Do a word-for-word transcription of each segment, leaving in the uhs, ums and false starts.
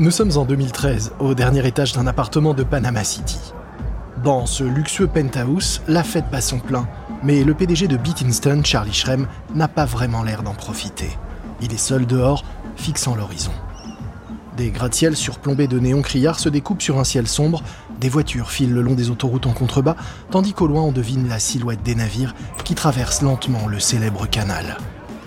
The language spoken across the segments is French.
Nous sommes en deux mille treize, au dernier étage d'un appartement de Panama City. Dans ce luxueux penthouse, la fête bat son plein, mais le P D G de BitInstant, Charlie Shrem, n'a pas vraiment l'air d'en profiter. Il est seul dehors, fixant l'horizon. Des gratte-ciels surplombés de néons criards se découpent sur un ciel sombre, des voitures filent le long des autoroutes en contrebas, tandis qu'au loin on devine la silhouette des navires qui traversent lentement le célèbre canal.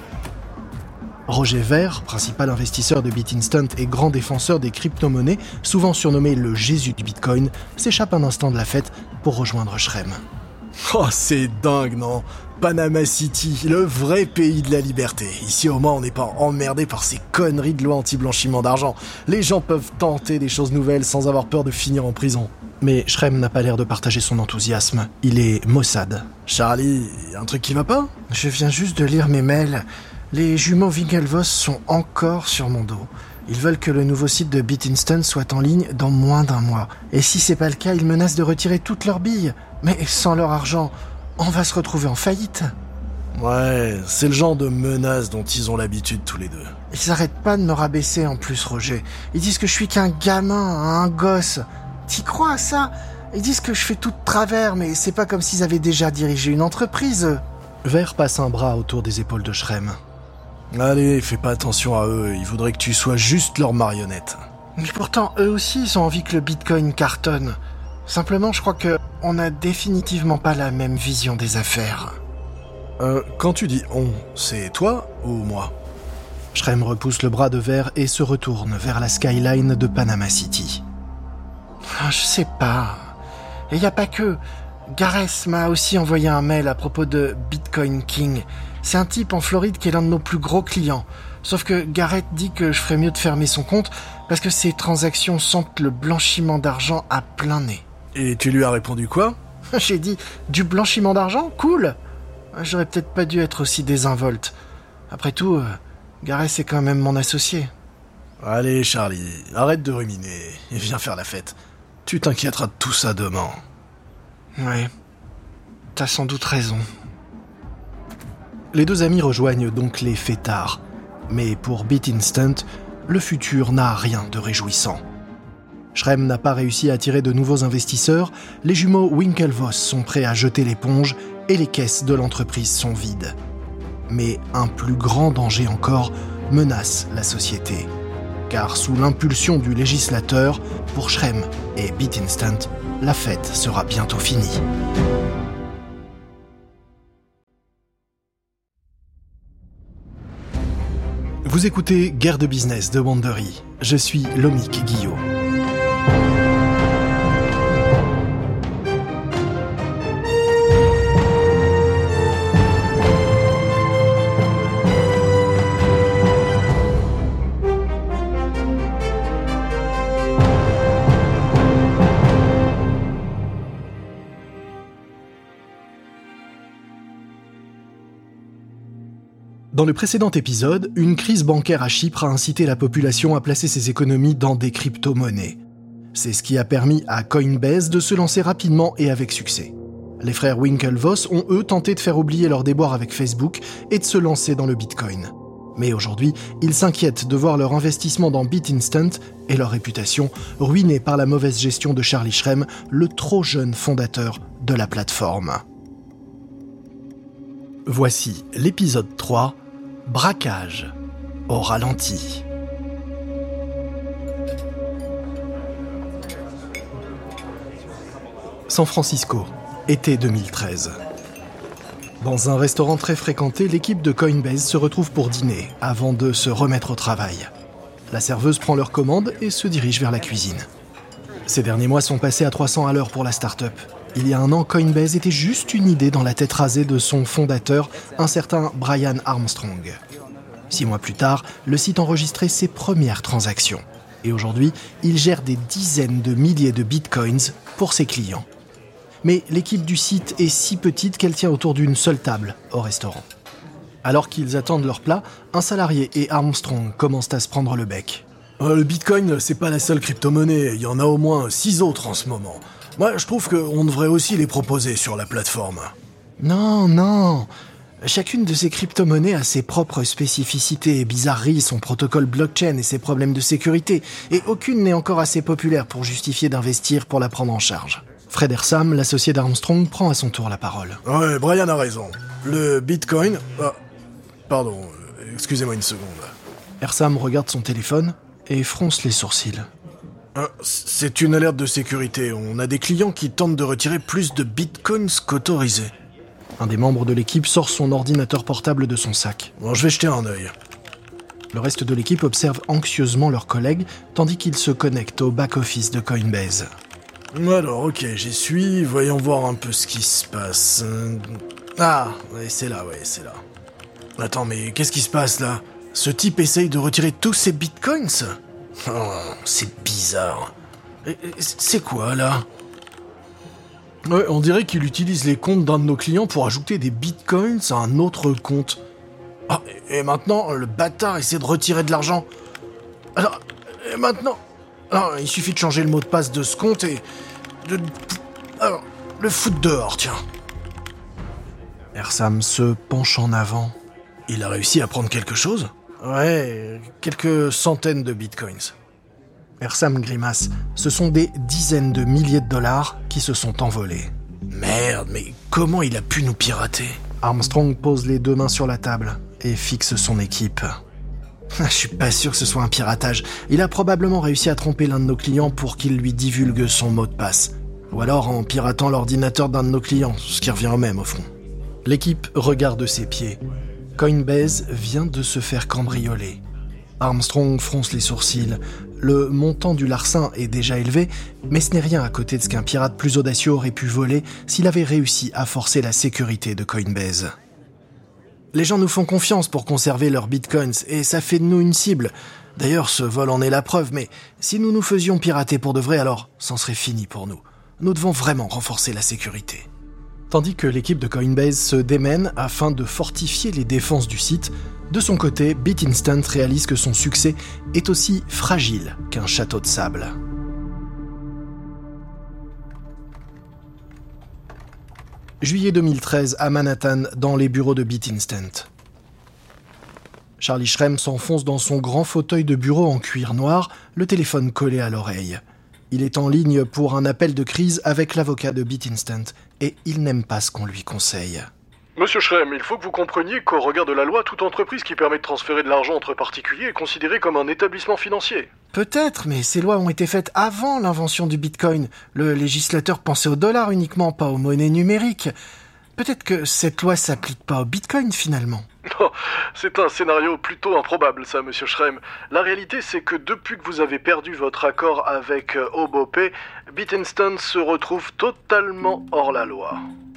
Roger Ver, principal investisseur de BitInstant et grand défenseur des crypto-monnaies, souvent surnommé le Jésus du Bitcoin, s'échappe un instant de la fête pour rejoindre Shrem. Oh, c'est dingue, non ? Panama City, le vrai pays de la liberté. Ici, au moins, on n'est pas emmerdé par ces conneries de loi anti-blanchiment d'argent. Les gens peuvent tenter des choses nouvelles sans avoir peur de finir en prison. Mais Shrem n'a pas l'air de partager son enthousiasme. Il est maussade. Charlie, un truc qui va pas ? Je viens juste de lire mes mails. Les jumeaux Winklevoss sont encore sur mon dos. Ils veulent que le nouveau site de BitInstant soit en ligne dans moins d'un mois. Et si c'est pas le cas, ils menacent de retirer toutes leurs billes. Mais sans leur argent, on va se retrouver en faillite. Ouais, c'est le genre de menace dont ils ont l'habitude tous les deux. Ils arrêtent pas de me rabaisser en plus, Roger. Ils disent que je suis qu'un gamin, un gosse. T'y crois à ça ? Ils disent que je fais tout de travers, mais c'est pas comme s'ils avaient déjà dirigé une entreprise. Ver passe un bras autour des épaules de Shrem. Allez, fais pas attention à eux, ils voudraient que tu sois juste leur marionnette. Mais pourtant, eux aussi, ils ont envie que le Bitcoin cartonne. Simplement, je crois que on n'a définitivement pas la même vision des affaires. Euh, quand tu dis « on », c'est toi ou moi ? Shrem repousse le bras de Ver et se retourne vers la skyline de Panama City. Ah, je sais pas. Et y a pas que... Gareth m'a aussi envoyé un mail à propos de Bitcoin King. C'est un type en Floride qui est l'un de nos plus gros clients. Sauf que Gareth dit que je ferais mieux de fermer son compte parce que ses transactions sentent le blanchiment d'argent à plein nez. Et tu lui as répondu quoi ? J'ai dit « Du blanchiment d'argent ? Cool !» J'aurais peut-être pas dû être aussi désinvolte. Après tout, euh, Gareth est quand même mon associé. Allez Charlie, arrête de ruminer et viens faire la fête. Tu t'inquiéteras de tout ça demain. Ouais, t'as sans doute raison. Les deux amis rejoignent donc les fêtards. Mais pour BitInstant, le futur n'a rien de réjouissant. Shrem n'a pas réussi à attirer de nouveaux investisseurs, les jumeaux Winklevoss sont prêts à jeter l'éponge et les caisses de l'entreprise sont vides. Mais un plus grand danger encore menace la société. Car sous l'impulsion du législateur, pour Shrem et BitInstant, la fête sera bientôt finie. Vous écoutez Guerre de business de Wandery. Je suis Lomik Guillot. Dans le précédent épisode, une crise bancaire à Chypre a incité la population à placer ses économies dans des crypto-monnaies. C'est ce qui a permis à Coinbase de se lancer rapidement et avec succès. Les frères Winklevoss ont eux tenté de faire oublier leur déboire avec Facebook et de se lancer dans le Bitcoin. Mais aujourd'hui, ils s'inquiètent de voir leur investissement dans BitInstant et leur réputation ruinée par la mauvaise gestion de Charlie Shrem, le trop jeune fondateur de la plateforme. Voici l'épisode trois, Braquage au ralenti. San Francisco, été deux mille treize. Dans un restaurant très fréquenté, l'équipe de Coinbase se retrouve pour dîner, avant de se remettre au travail. La serveuse prend leur commande et se dirige vers la cuisine. Ces derniers mois sont passés à trois cents à l'heure pour la start-up. Il y a un an, Coinbase était juste une idée dans la tête rasée de son fondateur, un certain Brian Armstrong. Six mois plus tard, le site enregistrait ses premières transactions. Et aujourd'hui, il gère des dizaines de milliers de bitcoins pour ses clients. Mais l'équipe du site est si petite qu'elle tient autour d'une seule table au restaurant. Alors qu'ils attendent leur plat, un salarié et Armstrong commencent à se prendre le bec. Euh, le Bitcoin, c'est pas la seule crypto-monnaie, il y en a au moins six autres en ce moment. Moi, je trouve qu'on devrait aussi les proposer sur la plateforme. Non, non. Chacune de ces crypto-monnaies a ses propres spécificités, bizarreries, son protocole blockchain et ses problèmes de sécurité, et aucune n'est encore assez populaire pour justifier d'investir pour la prendre en charge. Fred Ersam, l'associé d'Armstrong, prend à son tour la parole. Ouais, Brian a raison. Le Bitcoin... Ah, pardon, excusez-moi une seconde. Ersam regarde son téléphone et fronce les sourcils. Ah, c'est une alerte de sécurité. On a des clients qui tentent de retirer plus de bitcoins qu'autorisé. Un des membres de l'équipe sort son ordinateur portable de son sac. Bon, je vais jeter un œil. Le reste de l'équipe observe anxieusement leurs collègues, tandis qu'ils se connectent au back-office de Coinbase. Alors, ok, j'y suis. Voyons voir un peu ce qui se passe. Ah, ouais, c'est là, ouais, c'est là. Attends, mais qu'est-ce qui se passe, là? Ce type essaye de retirer tous ses bitcoins? Oh, c'est bizarre. C'est quoi, là? Ouais, on dirait qu'il utilise les comptes d'un de nos clients pour ajouter des bitcoins à un autre compte. Ah, et maintenant, le bâtard essaie de retirer de l'argent. Alors, et maintenant... Alors, il suffit de changer le mot de passe de ce compte et... de... Alors, le foutre dehors, tiens. Ersam se penche en avant. Il a réussi à prendre quelque chose? Ouais, quelques centaines de bitcoins. Ersam grimace. Ce sont des dizaines de milliers de dollars qui se sont envolés. Merde, mais comment il a pu nous pirater? Armstrong pose les deux mains sur la table et fixe son équipe. Je suis pas sûr que ce soit un piratage. Il a probablement réussi à tromper l'un de nos clients pour qu'il lui divulgue son mot de passe. Ou alors en piratant l'ordinateur d'un de nos clients, ce qui revient au même au fond. L'équipe regarde ses pieds. Coinbase vient de se faire cambrioler. Armstrong fronce les sourcils. Le montant du larcin est déjà élevé, mais ce n'est rien à côté de ce qu'un pirate plus audacieux aurait pu voler s'il avait réussi à forcer la sécurité de Coinbase. Les gens nous font confiance pour conserver leurs bitcoins, et ça fait de nous une cible. D'ailleurs, ce vol en est la preuve, mais si nous nous faisions pirater pour de vrai, alors c'en serait fini pour nous. Nous devons vraiment renforcer la sécurité. Tandis que l'équipe de Coinbase se démène afin de fortifier les défenses du site, de son côté, BitInstant réalise que son succès est aussi fragile qu'un château de sable. Juillet deux mille treize, à Manhattan, dans les bureaux de BitInstant. Charlie Shrem s'enfonce dans son grand fauteuil de bureau en cuir noir, le téléphone collé à l'oreille. Il est en ligne pour un appel de crise avec l'avocat de BitInstant, et il n'aime pas ce qu'on lui conseille. Monsieur Shrem, il faut que vous compreniez qu'au regard de la loi, toute entreprise qui permet de transférer de l'argent entre particuliers est considérée comme un établissement financier. Peut-être, mais ces lois ont été faites avant l'invention du Bitcoin. Le législateur pensait au dollar uniquement, pas aux monnaies numériques. Peut-être que cette loi s'applique pas au Bitcoin finalement. Non, c'est un scénario plutôt improbable ça, monsieur Shrem. La réalité, c'est que depuis que vous avez perdu votre accord avec euh, Obopay, BitInstant se retrouve totalement hors la loi.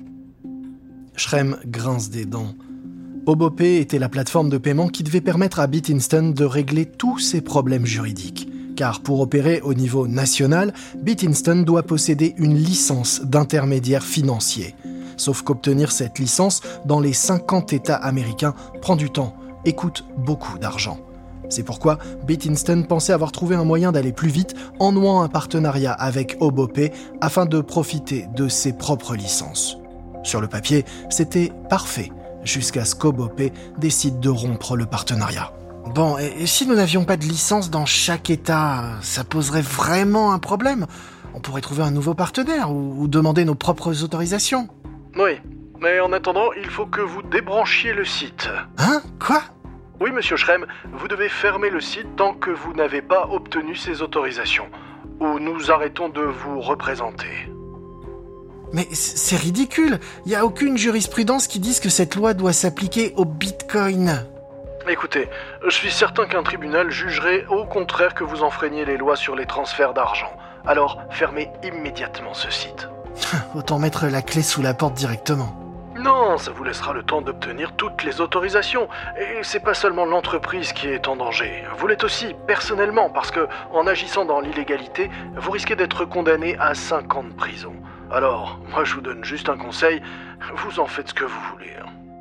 Shrem grince des dents. Obopay était la plateforme de paiement qui devait permettre à BitInstant de régler tous ses problèmes juridiques. Car pour opérer au niveau national, BitInstant doit posséder une licence d'intermédiaire financier. Sauf qu'obtenir cette licence dans les cinquante États américains prend du temps et coûte beaucoup d'argent. C'est pourquoi BitInstant pensait avoir trouvé un moyen d'aller plus vite en nouant un partenariat avec Obopay afin de profiter de ses propres licences. Sur le papier, c'était parfait, jusqu'à ce qu'Obopay décide de rompre le partenariat. Bon, et, et si nous n'avions pas de licence dans chaque État, ça poserait vraiment un problème? On pourrait trouver un nouveau partenaire ou, ou demander nos propres autorisations. Oui, mais en attendant, il faut que vous débranchiez le site. Hein? Quoi? Oui, monsieur Shrem, vous devez fermer le site tant que vous n'avez pas obtenu ces autorisations, ou nous arrêtons de vous représenter. Mais c'est ridicule. Il n'y a aucune jurisprudence qui dise que cette loi doit s'appliquer au Bitcoin. Écoutez, je suis certain qu'un tribunal jugerait au contraire que vous enfreigniez les lois sur les transferts d'argent. Alors, fermez immédiatement ce site. Autant mettre la clé sous la porte directement. Non, ça vous laissera le temps d'obtenir toutes les autorisations. Et c'est pas seulement l'entreprise qui est en danger. Vous l'êtes aussi, personnellement, parce que, en agissant dans l'illégalité, vous risquez d'être condamné à cinq ans de prison. Alors, moi je vous donne juste un conseil, vous en faites ce que vous voulez.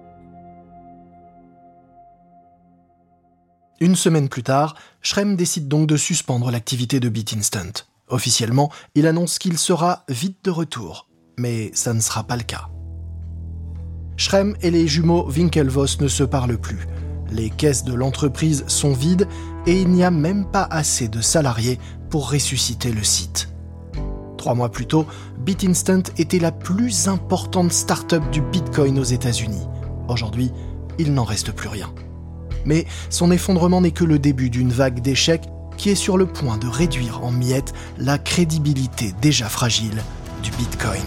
Une semaine plus tard, Shrem décide donc de suspendre l'activité de BitInstant. Officiellement, il annonce qu'il sera vite de retour, mais ça ne sera pas le cas. Schrem et les jumeaux Winklevoss ne se parlent plus. Les caisses de l'entreprise sont vides et il n'y a même pas assez de salariés pour ressusciter le site. Trois mois plus tôt, BitInstant était la plus importante start-up du Bitcoin aux États-Unis. Aujourd'hui, il n'en reste plus rien. Mais son effondrement n'est que le début d'une vague d'échecs qui est sur le point de réduire en miettes la crédibilité déjà fragile du Bitcoin.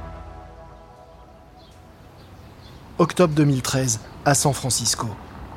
Octobre deux mille treize, à San Francisco.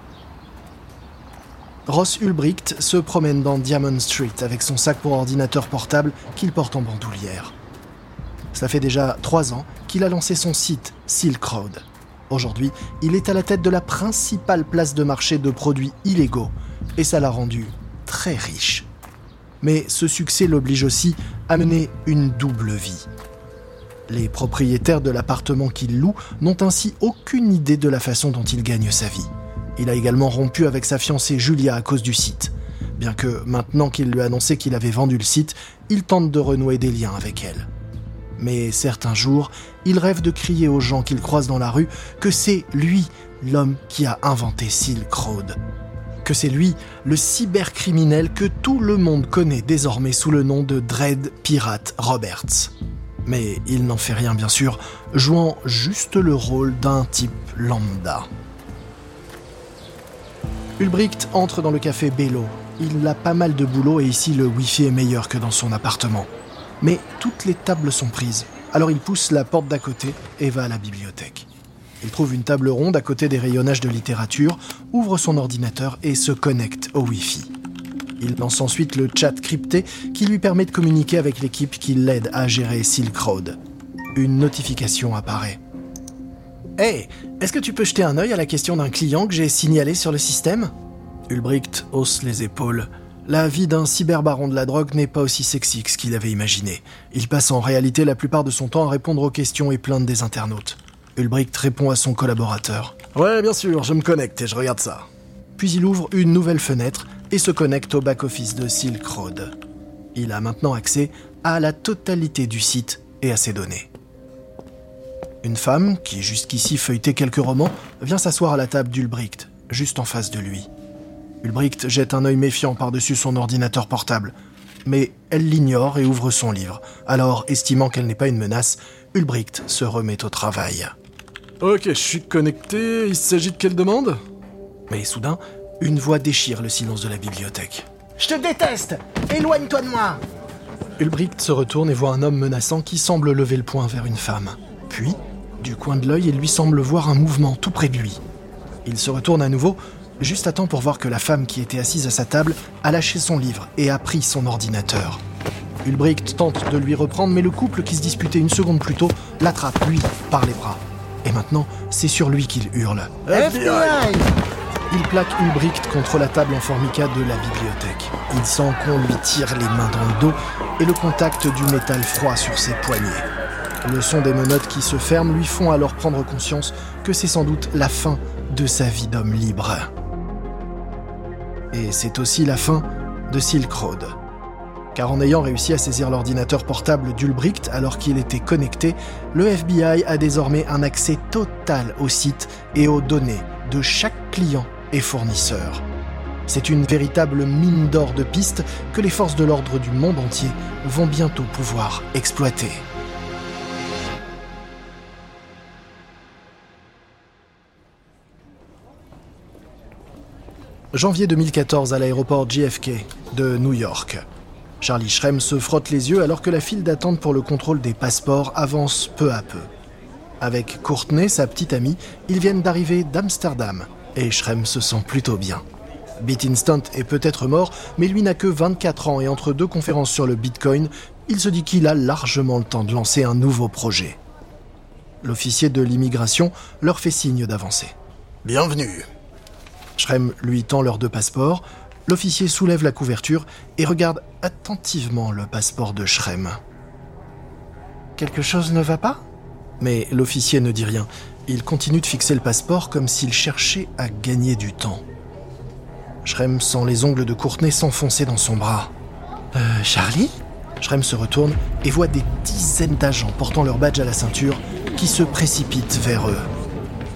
Ross Ulbricht se promène dans Diamond Street avec son sac pour ordinateur portable qu'il porte en bandoulière. Cela fait déjà trois ans qu'il a lancé son site Silk Road. Aujourd'hui, il est à la tête de la principale place de marché de produits illégaux et ça l'a rendu très riche. Mais ce succès l'oblige aussi à mener une double vie. Les propriétaires de l'appartement qu'il loue n'ont ainsi aucune idée de la façon dont il gagne sa vie. Il a également rompu avec sa fiancée Julia à cause du site. Bien que, maintenant qu'il lui a annoncé qu'il avait vendu le site, il tente de renouer des liens avec elle. Mais certains jours, il rêve de crier aux gens qu'il croise dans la rue que c'est lui, l'homme qui a inventé Silk Road. Que c'est lui, le cybercriminel que tout le monde connaît désormais sous le nom de Dread Pirate Roberts. Mais il n'en fait rien bien sûr, jouant juste le rôle d'un type lambda. Ulbricht entre dans le café Bello. Il a pas mal de boulot et ici le wifi est meilleur que dans son appartement. Mais toutes les tables sont prises. Alors il pousse la porte d'à côté et va à la bibliothèque. Il trouve une table ronde à côté des rayonnages de littérature, ouvre son ordinateur et se connecte au Wi-Fi. Il lance ensuite le chat crypté qui lui permet de communiquer avec l'équipe qui l'aide à gérer Silk Road. Une notification apparaît. « Hey, est-ce que tu peux jeter un œil à la question d'un client que j'ai signalé sur le système ?» Ulbricht hausse les épaules. La vie d'un cyberbaron de la drogue n'est pas aussi sexy que ce qu'il avait imaginé. Il passe en réalité la plupart de son temps à répondre aux questions et plaintes des internautes. Ulbricht répond à son collaborateur. « Ouais, bien sûr, je me connecte et je regarde ça. » Puis il ouvre une nouvelle fenêtre et se connecte au back-office de Silk Road. Il a maintenant accès à la totalité du site et à ses données. Une femme, qui jusqu'ici feuilletait quelques romans, vient s'asseoir à la table d'Ulbricht, juste en face de lui. Ulbricht jette un œil méfiant par-dessus son ordinateur portable. Mais elle l'ignore et ouvre son livre. Alors, estimant qu'elle n'est pas une menace, Ulbricht se remet au travail. Ok, je suis connecté, il s'agit de quelle demande ? Mais soudain, une voix déchire le silence de la bibliothèque. « Je te déteste ! Éloigne-toi de moi !» Ulbricht se retourne et voit un homme menaçant qui semble lever le poing vers une femme. Puis, du coin de l'œil, il lui semble voir un mouvement tout près de lui. Il se retourne à nouveau, juste à temps pour voir que la femme qui était assise à sa table a lâché son livre et a pris son ordinateur. Ulbricht tente de lui reprendre, mais le couple qui se disputait une seconde plus tôt l'attrape, lui, par les bras. Et maintenant, c'est sur lui qu'il hurle. F B I ! Il plaque Ulbricht contre la table en formica de la bibliothèque. Il sent qu'on lui tire les mains dans le dos et le contact du métal froid sur ses poignets. Le son des menottes qui se ferment lui font alors prendre conscience que c'est sans doute la fin de sa vie d'homme libre. Et c'est aussi la fin de Silk Road. Car en ayant réussi à saisir l'ordinateur portable d'Ulbricht alors qu'il était connecté, le F B I a désormais un accès total au site et aux données de chaque client et fournisseur. C'est une véritable mine d'or de pistes que les forces de l'ordre du monde entier vont bientôt pouvoir exploiter. Janvier deux mille quatorze à l'aéroport J F K de New York. Charlie Shrem se frotte les yeux alors que la file d'attente pour le contrôle des passeports avance peu à peu. Avec Courtney, sa petite amie, ils viennent d'arriver d'Amsterdam et Shrem se sent plutôt bien. BitInstant est peut-être mort, mais lui n'a que vingt-quatre ans et entre deux conférences sur le Bitcoin, il se dit qu'il a largement le temps de lancer un nouveau projet. L'officier de l'immigration leur fait signe d'avancer. « Bienvenue !» Shrem lui tend leurs deux passeports. L'officier soulève la couverture et regarde attentivement le passeport de Shrem. « Quelque chose ne va pas ?» Mais l'officier ne dit rien. Il continue de fixer le passeport comme s'il cherchait à gagner du temps. Shrem sent les ongles de Courtney s'enfoncer dans son bras. « Euh, Charlie ?» Shrem se retourne et voit des dizaines d'agents portant leur badge à la ceinture qui se précipitent vers eux.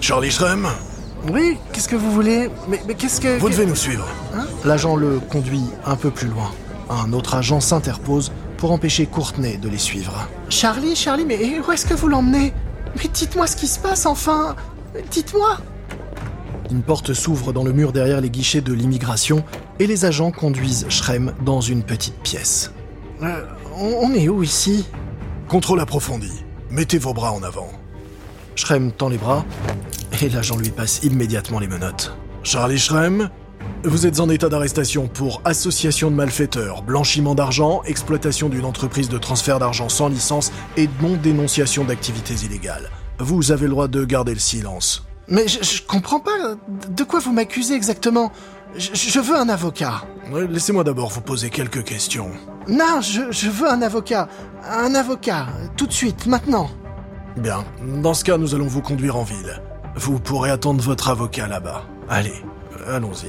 Charlie Shrem, Oui, qu'est-ce que vous voulez? Mais, mais qu'est-ce que... vous que- devez nous suivre. Hein? L'agent le conduit un peu plus loin. Un autre agent s'interpose pour empêcher Courtney de les suivre. Charlie, Charlie, mais où est-ce que vous l'emmenez? Mais dites-moi ce qui se passe, enfin. Dites-moi. Une porte s'ouvre dans le mur derrière les guichets de l'immigration et les agents conduisent Shrem dans une petite pièce. Euh, on, on est où ici? Contrôle approfondi. Mettez vos bras en avant. Shrem tend les bras et l'agent lui passe immédiatement les menottes. Charlie Shrem, vous êtes en état d'arrestation pour association de malfaiteurs, blanchiment d'argent, exploitation d'une entreprise de transfert d'argent sans licence et non-dénonciation d'activités illégales. Vous avez le droit de garder le silence. Mais je, je comprends pas. De quoi vous m'accusez exactement? je, je veux un avocat. Ouais, Laissez-moi d'abord vous poser quelques questions. Non, je, je veux un avocat. Un avocat. Tout de suite, maintenant. Bien, dans ce cas, nous allons vous conduire en ville. Vous pourrez attendre votre avocat là-bas. Allez, allons-y.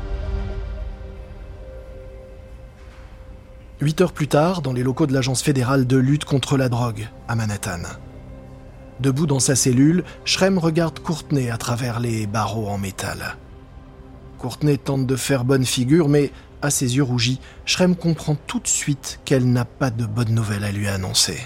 Huit heures plus tard, dans les locaux de l'Agence fédérale de lutte contre la drogue, à Manhattan. Debout dans sa cellule, Shrem regarde Courtney à travers les barreaux en métal. Courtney tente de faire bonne figure, mais à ses yeux rougis, Shrem comprend tout de suite qu'elle n'a pas de bonnes nouvelles à lui annoncer.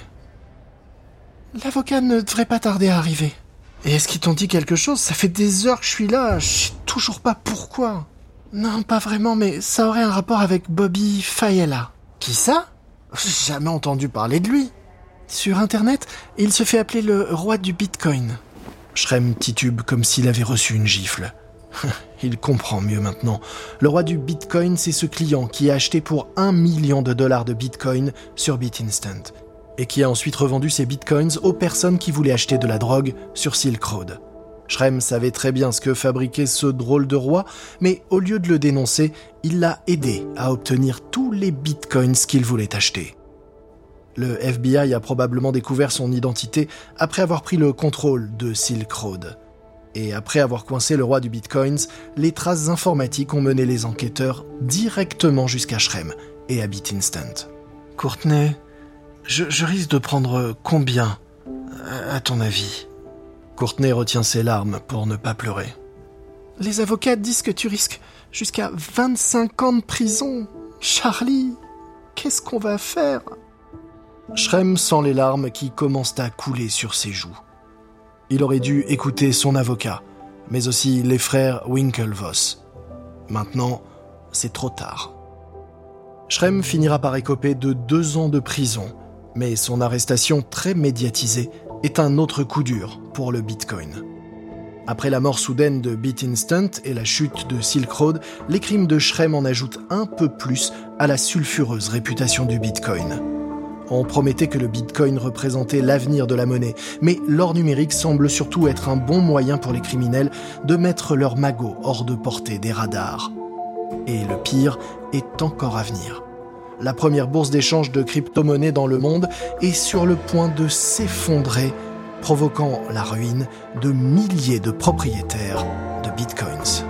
L'avocat ne devrait pas tarder à arriver. Et est-ce qu'ils t'ont dit quelque chose? Ça fait des heures que je suis là, je sais toujours pas pourquoi. Non, pas vraiment, mais ça aurait un rapport avec Bobby Fayella. Qui ça? J'ai jamais entendu parler de lui. Sur Internet, il se fait appeler le roi du Bitcoin. Shrem titube comme s'il avait reçu une gifle. Il comprend mieux maintenant. Le roi du Bitcoin, c'est ce client qui a acheté pour un million de dollars de Bitcoin sur BitInstant et qui a ensuite revendu ses Bitcoins aux personnes qui voulaient acheter de la drogue sur Silk Road. Shrem savait très bien ce que fabriquait ce drôle de roi, mais au lieu de le dénoncer, il l'a aidé à obtenir tous les Bitcoins qu'il voulait acheter. Le F B I a probablement découvert son identité après avoir pris le contrôle de Silk Road. Et après avoir coincé le roi du Bitcoins, les traces informatiques ont mené les enquêteurs directement jusqu'à Shrem et à BitInstant. Courtney, je, je risque de prendre combien, à, à ton avis? Courtney retient ses larmes pour ne pas pleurer. Les avocats disent que tu risques jusqu'à vingt-cinq ans de prison. Charlie, qu'est-ce qu'on va faire? Shrem sent les larmes qui commencent à couler sur ses joues. Il aurait dû écouter son avocat, mais aussi les frères Winklevoss. Maintenant, c'est trop tard. Shrem finira par écoper de deux ans de prison, mais son arrestation très médiatisée est un autre coup dur pour le Bitcoin. Après la mort soudaine de BitInstant et la chute de Silk Road, les crimes de Shrem en ajoutent un peu plus à la sulfureuse réputation du Bitcoin. On promettait que le Bitcoin représentait l'avenir de la monnaie, mais l'or numérique semble surtout être un bon moyen pour les criminels de mettre leur magot hors de portée des radars. Et le pire est encore à venir. La première bourse d'échange de crypto-monnaies dans le monde est sur le point de s'effondrer, provoquant la ruine de milliers de propriétaires de Bitcoins.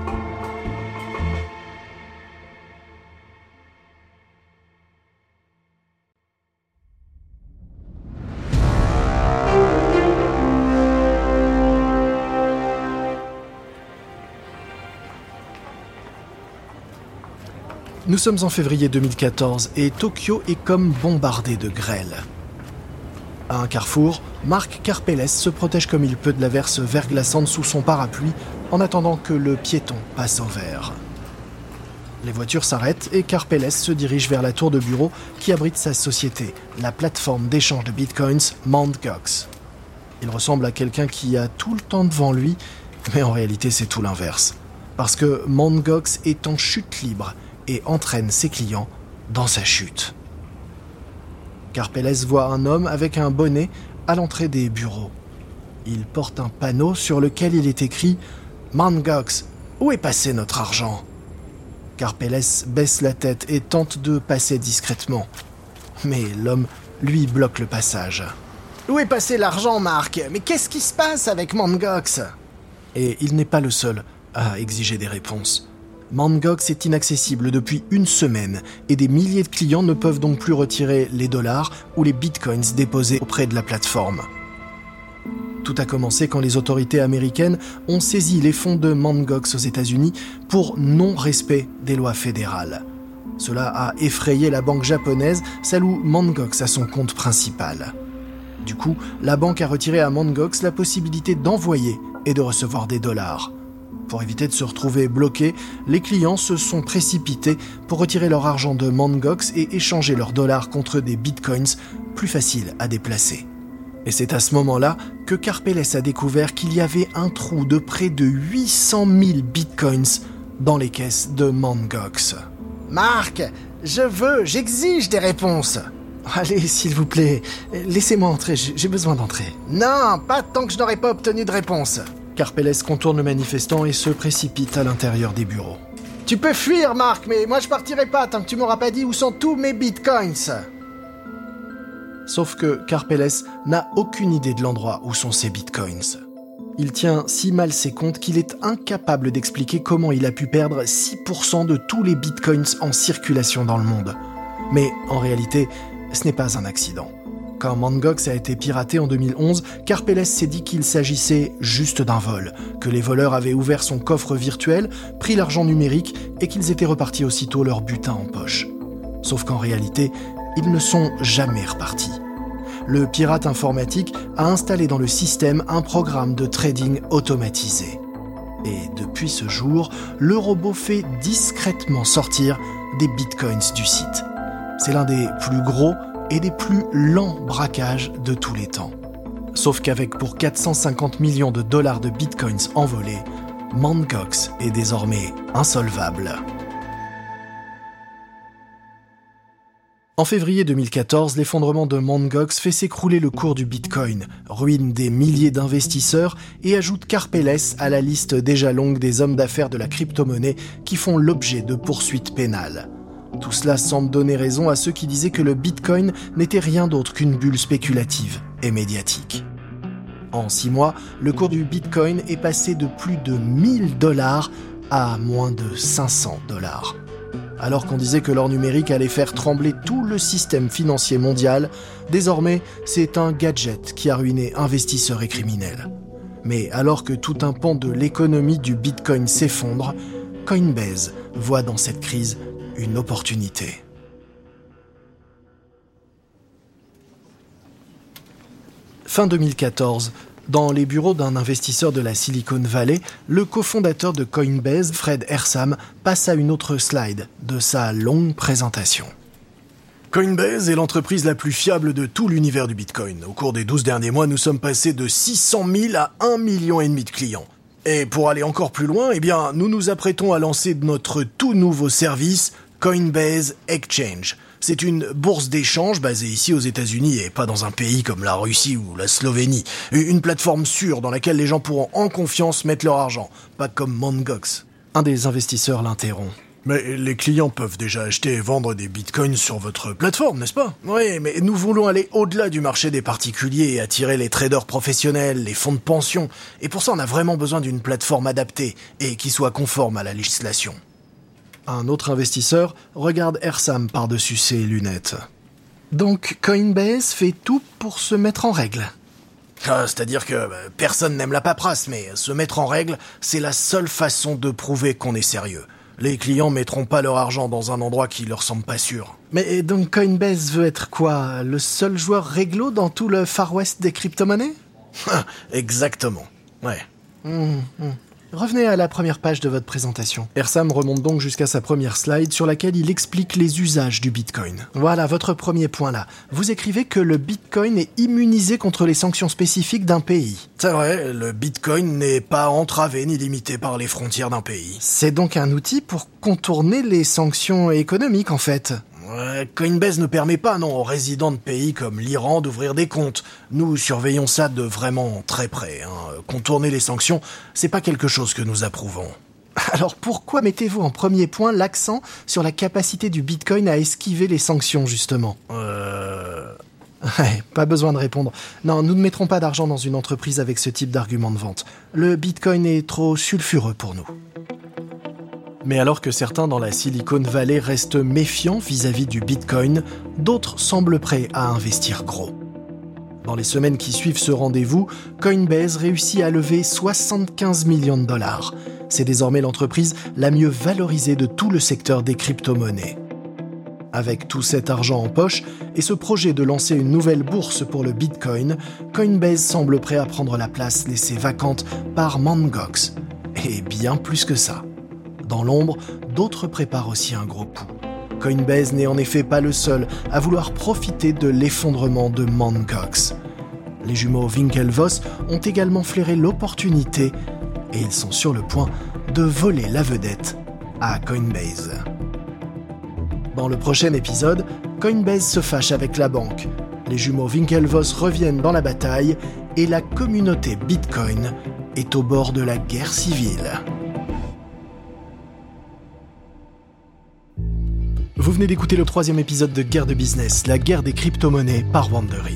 Nous sommes en février deux mille quatorze et Tokyo est comme bombardé de grêle. À un carrefour, Marc Karpeles se protège comme il peut de l'averse verglaçante sous son parapluie en attendant que le piéton passe au vert. Les voitures s'arrêtent et Karpeles se dirige vers la tour de bureau qui abrite sa société, la plateforme d'échange de bitcoins Mt. Gox. Il ressemble à quelqu'un qui a tout le temps devant lui, mais en réalité c'est tout l'inverse. Parce que Mt. Gox est en chute libre et entraîne ses clients dans sa chute. Karpeles voit un homme avec un bonnet à l'entrée des bureaux. Il porte un panneau sur lequel il est écrit « Mt. Gox, où est passé notre argent ?» Karpeles baisse la tête et tente de passer discrètement. Mais l'homme lui bloque le passage. « Où est passé l'argent, Marc? Mais qu'est-ce qui se passe avec Mt. Gox ?» Et il n'est pas le seul à exiger des réponses. Mt. Gox est inaccessible depuis une semaine et des milliers de clients ne peuvent donc plus retirer les dollars ou les bitcoins déposés auprès de la plateforme. Tout Tout a commencé quand les autorités américaines ont saisi les fonds de Mt. Gox aux États-Unis pour non-respect des lois fédérales. Cela a effrayé la banque japonaise, celle où Mt. Gox a son compte principal. Du coup, la banque a retiré à Mt. Gox la possibilité d'envoyer et de recevoir des dollars. Pour éviter de se retrouver bloqués, les clients se sont précipités pour retirer leur argent de Mt. Gox et échanger leurs dollars contre des bitcoins plus faciles à déplacer. Et c'est à ce moment-là que Karpeles a découvert qu'il y avait un trou de près de huit cent mille bitcoins dans les caisses de Mt. Gox. Marc, je veux, j'exige des réponses. Allez, s'il vous plaît, laissez-moi entrer, j'ai besoin d'entrer. Non, pas tant que je n'aurai pas obtenu de réponse. Karpeles contourne le manifestant et se précipite à l'intérieur des bureaux. Tu peux fuir, Marc, mais moi je partirai pas tant que tu m'auras pas dit où sont tous mes bitcoins. Sauf que Karpeles n'a aucune idée de l'endroit où sont ses bitcoins. Il tient si mal ses comptes qu'il est incapable d'expliquer comment il a pu perdre six pour cent de tous les bitcoins en circulation dans le monde. Mais en réalité, ce n'est pas un accident. Quand Mt. Gox a été piraté en deux mille onze, Karpeles s'est dit qu'il s'agissait juste d'un vol, que les voleurs avaient ouvert son coffre virtuel, pris l'argent numérique et qu'ils étaient repartis aussitôt leur butin en poche. Sauf qu'en réalité, ils ne sont jamais repartis. Le pirate informatique a installé dans le système un programme de trading automatisé. Et depuis ce jour, le robot fait discrètement sortir des bitcoins du site. C'est l'un des plus gros et des plus lents braquages de tous les temps. Sauf qu'avec pour quatre cent cinquante millions de dollars de bitcoins envolés, Mt. Gox est désormais insolvable. En février deux mille quatorze, l'effondrement de Mt. Gox fait s'écrouler le cours du bitcoin, ruine des milliers d'investisseurs et ajoute Karpeles à la liste déjà longue des hommes d'affaires de la crypto-monnaie qui font l'objet de poursuites pénales. Tout cela semble donner raison à ceux qui disaient que le bitcoin n'était rien d'autre qu'une bulle spéculative et médiatique. En six mois, le cours du bitcoin est passé de plus de mille dollars à moins de cinq cents dollars. Alors qu'on disait que l'or numérique allait faire trembler tout le système financier mondial, désormais, c'est un gadget qui a ruiné investisseurs et criminels. Mais alors que tout un pan de l'économie du bitcoin s'effondre, Coinbase voit dans cette crise une opportunité. Fin deux mille quatorze, dans les bureaux d'un investisseur de la Silicon Valley, le cofondateur de Coinbase, Fred Ehrsam, passe à une autre slide de sa longue présentation. Coinbase est l'entreprise la plus fiable de tout l'univers du Bitcoin. Au cours des douze derniers mois, nous sommes passés de six cent mille à un million et demi de clients. Et pour aller encore plus loin, eh bien, nous nous apprêtons à lancer notre tout nouveau service, Coinbase Exchange. C'est une bourse d'échange basée ici aux États-Unis et pas dans un pays comme la Russie ou la Slovénie. Une plateforme sûre dans laquelle les gens pourront en confiance mettre leur argent, pas comme Mt. Gox. Un des investisseurs l'interrompt. Mais les clients peuvent déjà acheter et vendre des bitcoins sur votre plateforme, n'est-ce pas? Oui, mais nous voulons aller au-delà du marché des particuliers et attirer les traders professionnels, les fonds de pension. Et pour ça, on a vraiment besoin d'une plateforme adaptée et qui soit conforme à la législation. Un autre investisseur regarde Ehrsam par-dessus ses lunettes. Donc Coinbase fait tout pour se mettre en règle. Ah, c'est-à-dire que bah, personne n'aime la paperasse, mais se mettre en règle, c'est la seule façon de prouver qu'on est sérieux. Les clients mettront pas leur argent dans un endroit qui leur semble pas sûr. Mais donc Coinbase veut être quoi? Le seul joueur réglo dans tout le Far West des crypto-monnaies? Exactement, ouais. Mmh, mmh. Revenez à la première page de votre présentation. Ehrsam remonte donc jusqu'à sa première slide sur laquelle il explique les usages du Bitcoin. Voilà, votre premier point là. Vous écrivez que le Bitcoin est immunisé contre les sanctions spécifiques d'un pays. C'est vrai, le Bitcoin n'est pas entravé ni limité par les frontières d'un pays. C'est donc un outil pour contourner les sanctions économiques en fait. Ouais, Coinbase ne permet pas, non, aux résidents de pays comme l'Iran d'ouvrir des comptes. Nous surveillons ça de vraiment très près. Hein. Contourner les sanctions, c'est pas quelque chose que nous approuvons. Alors pourquoi mettez-vous en premier point l'accent sur la capacité du Bitcoin à esquiver les sanctions, justement ? Euh... Ouais, pas besoin de répondre. Non, nous ne mettrons pas d'argent dans une entreprise avec ce type d'argument de vente. Le Bitcoin est trop sulfureux pour nous. Mais alors que certains dans la Silicon Valley restent méfiants vis-à-vis du Bitcoin, d'autres semblent prêts à investir gros. Dans les semaines qui suivent ce rendez-vous, Coinbase réussit à lever soixante-quinze millions de dollars. C'est désormais l'entreprise la mieux valorisée de tout le secteur des crypto-monnaies. Avec tout cet argent en poche et ce projet de lancer une nouvelle bourse pour le Bitcoin, Coinbase semble prêt à prendre la place laissée vacante par Mt. Gox. Et bien plus que ça. Dans l'ombre, d'autres préparent aussi un gros coup. Coinbase n'est en effet pas le seul à vouloir profiter de l'effondrement de Mt. Gox. Les jumeaux Winklevoss ont également flairé l'opportunité et ils sont sur le point de voler la vedette à Coinbase. Dans le prochain épisode, Coinbase se fâche avec la banque. Les jumeaux Winklevoss reviennent dans la bataille et la communauté Bitcoin est au bord de la guerre civile. Vous venez d'écouter le troisième épisode de Guerre de Business, la guerre des crypto-monnaies par Wandery.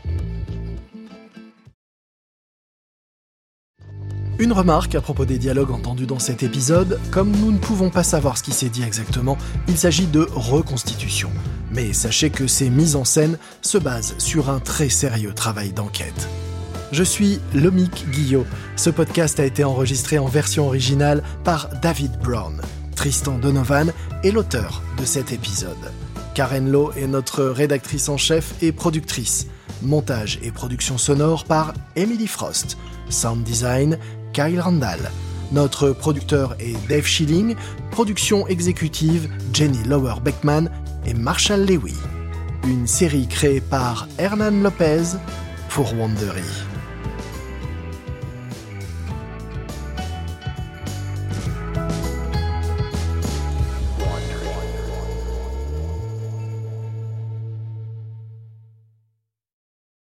Une remarque à propos des dialogues entendus dans cet épisode, comme nous ne pouvons pas savoir ce qui s'est dit exactement, il s'agit de reconstitution. Mais sachez que ces mises en scène se basent sur un très sérieux travail d'enquête. Je suis Lomique Guillot. Ce podcast a été enregistré en version originale par David Brown. Tristan Donovan est l'auteur de cet épisode. Karen Lowe est notre rédactrice en chef et productrice. Montage et production sonore par Emily Frost. Sound design, Kyle Randall. Notre producteur est Dave Schilling. Production exécutive, Jenny Lower-Beckman et Marshall Lewy. Une série créée par Hernan Lopez pour Wandery.